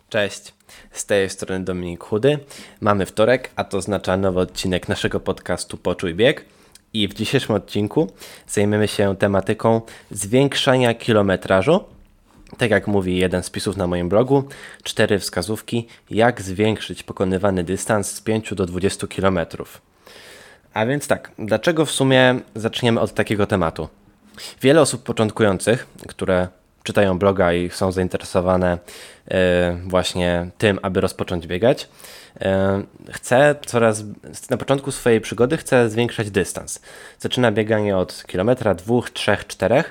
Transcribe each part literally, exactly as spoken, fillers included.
Cześć, z tej strony Dominik Chudy. Mamy wtorek, a to oznacza nowy odcinek naszego podcastu Poczuj Bieg. I w dzisiejszym odcinku zajmiemy się tematyką zwiększania kilometrażu. Tak jak mówi jeden z wpisów na moim blogu, cztery wskazówki, jak zwiększyć pokonywany dystans z pięciu do dwudziestu kilometrów. A więc tak, dlaczego w sumie zaczniemy od takiego tematu? Wiele osób początkujących, które czytają bloga i są zainteresowane właśnie tym, aby rozpocząć biegać, chce coraz, na początku swojej przygody chce zwiększać dystans. Zaczyna bieganie od kilometra, dwóch, trzech, czterech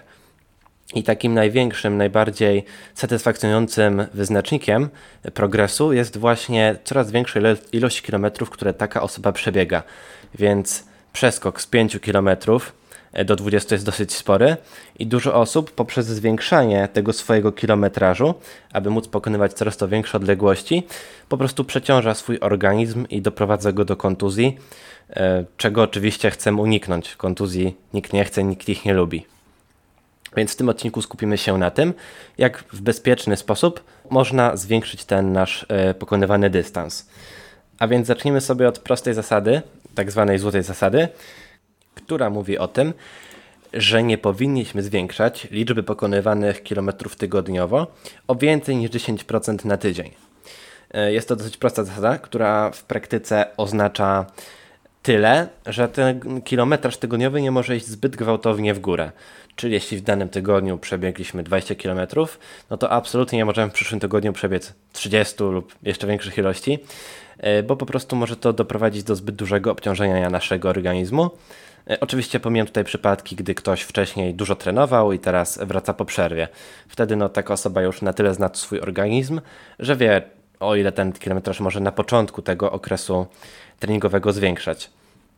i takim największym, najbardziej satysfakcjonującym wyznacznikiem progresu jest właśnie coraz większa ilość kilometrów, które taka osoba przebiega. Więc przeskok z pięciu kilometrów do dwudziestu jest dosyć spory i dużo osób poprzez zwiększanie tego swojego kilometrażu, aby móc pokonywać coraz to większe odległości, po prostu przeciąża swój organizm i doprowadza go do kontuzji, czego oczywiście chcemy uniknąć. Kontuzji nikt nie chce, nikt ich nie lubi. Więc w tym odcinku skupimy się na tym, jak w bezpieczny sposób można zwiększyć ten nasz pokonywany dystans. A więc zacznijmy sobie od prostej zasady, tak zwanej złotej zasady, która mówi o tym, że nie powinniśmy zwiększać liczby pokonywanych kilometrów tygodniowo o więcej niż dziesięć procent na tydzień. Jest to dosyć prosta zasada, która w praktyce oznacza tyle, że ten kilometraż tygodniowy nie może iść zbyt gwałtownie w górę. Czyli jeśli w danym tygodniu przebiegliśmy dwadzieścia kilometrów, no to absolutnie nie możemy w przyszłym tygodniu przebiec trzydzieści lub jeszcze większych ilości, bo po prostu może to doprowadzić do zbyt dużego obciążenia naszego organizmu. Oczywiście pomijam tutaj przypadki, gdy ktoś wcześniej dużo trenował i teraz wraca po przerwie. Wtedy no, taka osoba już na tyle zna swój organizm, że wie, o ile ten kilometraż może na początku tego okresu treningowego zwiększać.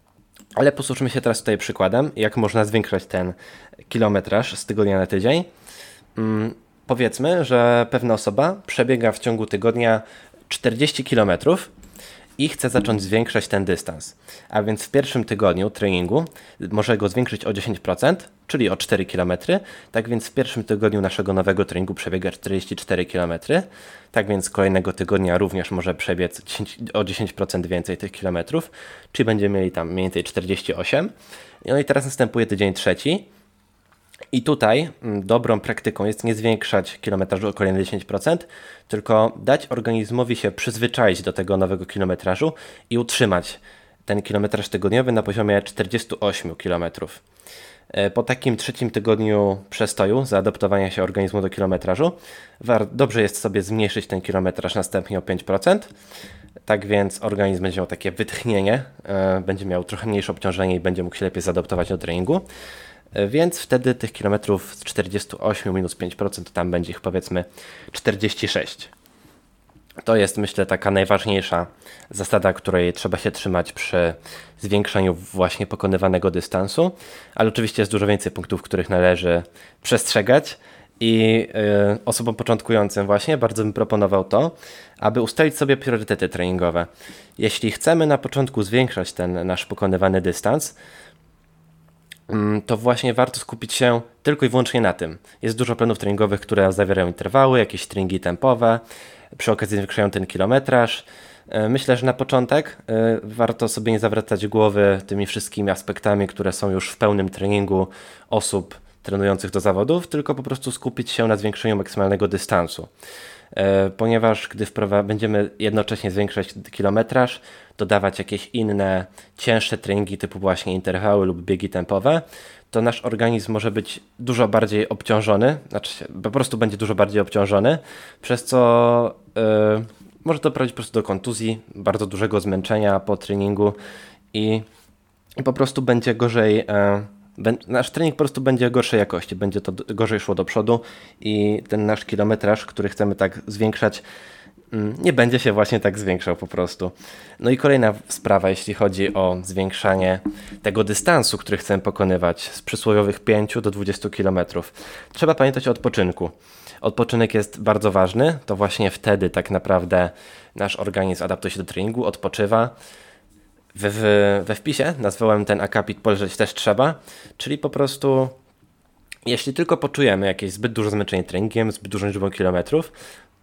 Ale posłuchajmy się teraz tutaj przykładem, jak można zwiększać ten kilometraż z tygodnia na tydzień. Hmm, powiedzmy, że pewna osoba przebiega w ciągu tygodnia czterdzieści kilometrów i chce zacząć zwiększać ten dystans. A więc w pierwszym tygodniu treningu może go zwiększyć o dziesięć procent, czyli o cztery kilometry. Tak więc w pierwszym tygodniu naszego nowego treningu przebiega czterdzieści cztery kilometry. Tak więc kolejnego tygodnia również może przebiec o dziesięć procent więcej tych kilometrów, czyli będziemy mieli tam mniej więcej czterdzieści osiem. No i teraz następuje tydzień trzeci. I tutaj dobrą praktyką jest nie zwiększać kilometrażu o kolejne dziesięć procent, tylko dać organizmowi się przyzwyczaić do tego nowego kilometrażu i utrzymać ten kilometraż tygodniowy na poziomie czterdzieści osiem kilometrów. Po takim trzecim tygodniu przestoju, zaadaptowania się organizmu do kilometrażu, dobrze jest sobie zmniejszyć ten kilometraż następnie o pięć procent. Tak więc organizm będzie miał takie wytchnienie, będzie miał trochę mniejsze obciążenie i będzie mógł się lepiej zaadaptować do treningu. Więc wtedy tych kilometrów z czterdzieści osiem minus pięć procent to tam będzie ich powiedzmy czterdzieści sześć. To jest myślę taka najważniejsza zasada, której trzeba się trzymać przy zwiększaniu właśnie pokonywanego dystansu, ale oczywiście jest dużo więcej punktów, których należy przestrzegać i yy, osobom początkującym właśnie bardzo bym proponował to, aby ustalić sobie priorytety treningowe. Jeśli chcemy na początku zwiększać ten nasz pokonywany dystans, to właśnie warto skupić się tylko i wyłącznie na tym. Jest dużo planów treningowych, które zawierają interwały, jakieś treningi tempowe, przy okazji zwiększają ten kilometraż. Myślę, że na początek warto sobie nie zawracać głowy tymi wszystkimi aspektami, które są już w pełnym treningu osób trenujących do zawodów, tylko po prostu skupić się na zwiększeniu maksymalnego dystansu. Ponieważ gdy wprowa- będziemy jednocześnie zwiększać kilometraż, dodawać jakieś inne, cięższe treningi typu właśnie interwały lub biegi tempowe, to nasz organizm może być dużo bardziej obciążony, znaczy po prostu będzie dużo bardziej obciążony, przez co yy, może to doprowadzić po prostu do kontuzji, bardzo dużego zmęczenia po treningu i, i po prostu będzie gorzej yy, nasz trening po prostu będzie gorszej jakości, będzie to gorzej szło do przodu i ten nasz kilometraż, który chcemy tak zwiększać, nie będzie się właśnie tak zwiększał po prostu. No i kolejna sprawa, jeśli chodzi o zwiększanie tego dystansu, który chcemy pokonywać z przysłowiowych pięciu do dwudziestu kilometrów. Trzeba pamiętać o odpoczynku. Odpoczynek jest bardzo ważny, to właśnie wtedy tak naprawdę nasz organizm adaptuje się do treningu, odpoczywa. W, w, we wpisie nazwałem ten akapit poleżeć też trzeba, czyli po prostu jeśli tylko poczujemy jakieś zbyt duże zmęczenie treningiem, zbyt dużą liczbą kilometrów,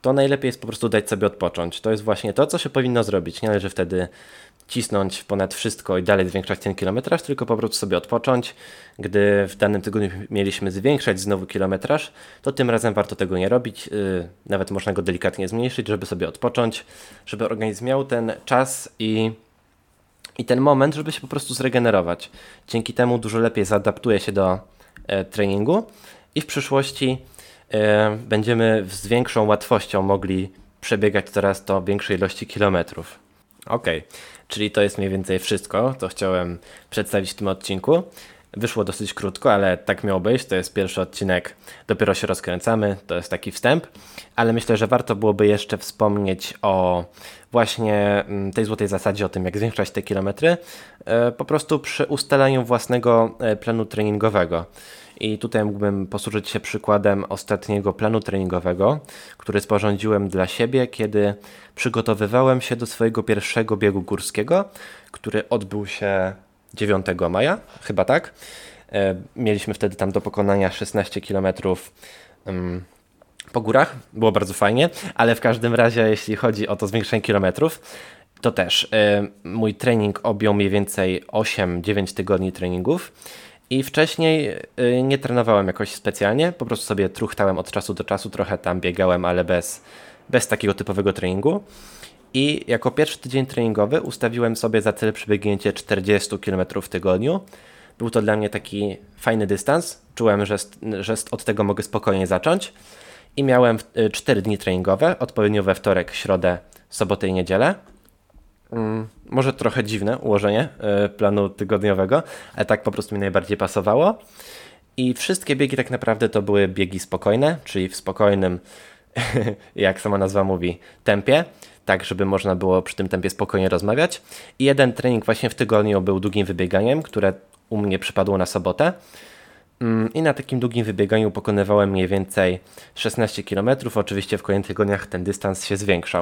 to najlepiej jest po prostu dać sobie odpocząć. To jest właśnie to, co się powinno zrobić. Nie należy wtedy cisnąć ponad wszystko i dalej zwiększać ten kilometraż, tylko po prostu sobie odpocząć. Gdy w danym tygodniu mieliśmy zwiększać znowu kilometraż, to tym razem warto tego nie robić. Yy, nawet można go delikatnie zmniejszyć, żeby sobie odpocząć, żeby organizm miał ten czas i, i ten moment, żeby się po prostu zregenerować. Dzięki temu dużo lepiej zaadaptuje się do e, treningu i w przyszłości e, będziemy z większą łatwością mogli przebiegać coraz to większej ilości kilometrów. Okej, okay. Czyli to jest mniej więcej wszystko, co chciałem przedstawić w tym odcinku. Wyszło dosyć krótko, ale tak miało być. To jest pierwszy odcinek, dopiero się rozkręcamy, to jest taki wstęp, ale myślę, że warto byłoby jeszcze wspomnieć o właśnie tej złotej zasadzie, o tym, jak zwiększać te kilometry, po prostu przy ustalaniu własnego planu treningowego. I tutaj mógłbym posłużyć się przykładem ostatniego planu treningowego, który sporządziłem dla siebie, kiedy przygotowywałem się do swojego pierwszego biegu górskiego, który odbył się dziewiątego maja, chyba tak. Mieliśmy wtedy tam do pokonania szesnaście kilometrów po górach, było bardzo fajnie, ale w każdym razie jeśli chodzi o to zwiększenie kilometrów, to też mój trening objął mniej więcej osiem dziewięć tygodni treningów. I wcześniej nie trenowałem jakoś specjalnie, po prostu sobie truchtałem od czasu do czasu, trochę tam biegałem, ale bez, bez takiego typowego treningu. I jako pierwszy tydzień treningowy ustawiłem sobie za cel przebiegnięcie czterdzieści kilometrów w tygodniu. Był to dla mnie taki fajny dystans, czułem, że, że od tego mogę spokojnie zacząć. I miałem cztery dni treningowe, odpowiednio we wtorek, środę, sobotę i niedzielę. Hmm, może trochę dziwne ułożenie y, planu tygodniowego, ale tak po prostu mi najbardziej pasowało. I wszystkie biegi tak naprawdę to były biegi spokojne, czyli w spokojnym, jak sama nazwa mówi, tempie, tak żeby można było przy tym tempie spokojnie rozmawiać. I jeden trening właśnie w tygodniu był długim wybieganiem, które u mnie przypadło na sobotę. Mm, I na takim długim wybieganiu pokonywałem mniej więcej szesnaście kilometrów. Oczywiście w kolejnych tygodniach ten dystans się zwiększał.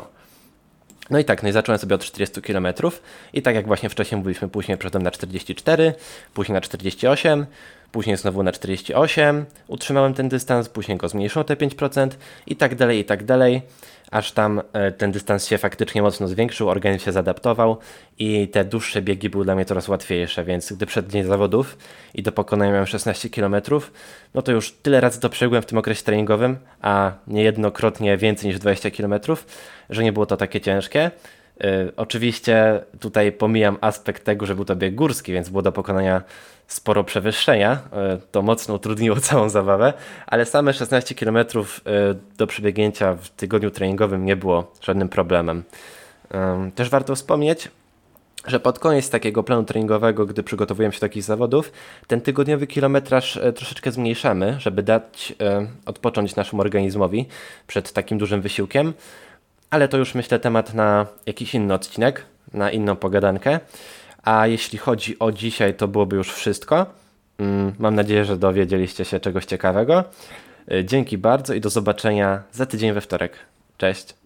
No i tak, no i zacząłem sobie od czterdziestu kilometrów i tak jak właśnie wcześniej mówiliśmy, później przeszedłem na czterdzieści cztery, później na czterdzieści osiem, później znowu na czterdzieści osiem, utrzymałem ten dystans, później go zmniejszyłem o te pięć procent i tak dalej, i tak dalej, aż tam ten dystans się faktycznie mocno zwiększył, organizm się zaadaptował i te dłuższe biegi były dla mnie coraz łatwiejsze, więc gdy przed dzień zawodów i do pokonania miałem szesnaście kilometrów, no to już tyle razy to przebiegłem w tym okresie treningowym, a niejednokrotnie więcej niż dwadzieścia kilometrów, że nie było to takie ciężkie. Yy, oczywiście tutaj pomijam aspekt tego, że był to bieg górski, więc było do pokonania sporo przewyższenia, yy, to mocno utrudniło całą zabawę, ale same szesnaście kilometrów yy, do przebiegnięcia w tygodniu treningowym nie było żadnym problemem. Yy, też warto wspomnieć, że pod koniec takiego planu treningowego, gdy przygotowujemy się do takich zawodów, ten tygodniowy kilometraż yy, troszeczkę zmniejszamy, żeby dać yy, odpocząć naszemu organizmowi przed takim dużym wysiłkiem. Ale to już myślę temat na jakiś inny odcinek, na inną pogadankę. A jeśli chodzi o dzisiaj, to byłoby już wszystko. Mam nadzieję, że dowiedzieliście się czegoś ciekawego. Dzięki bardzo i do zobaczenia za tydzień we wtorek. Cześć!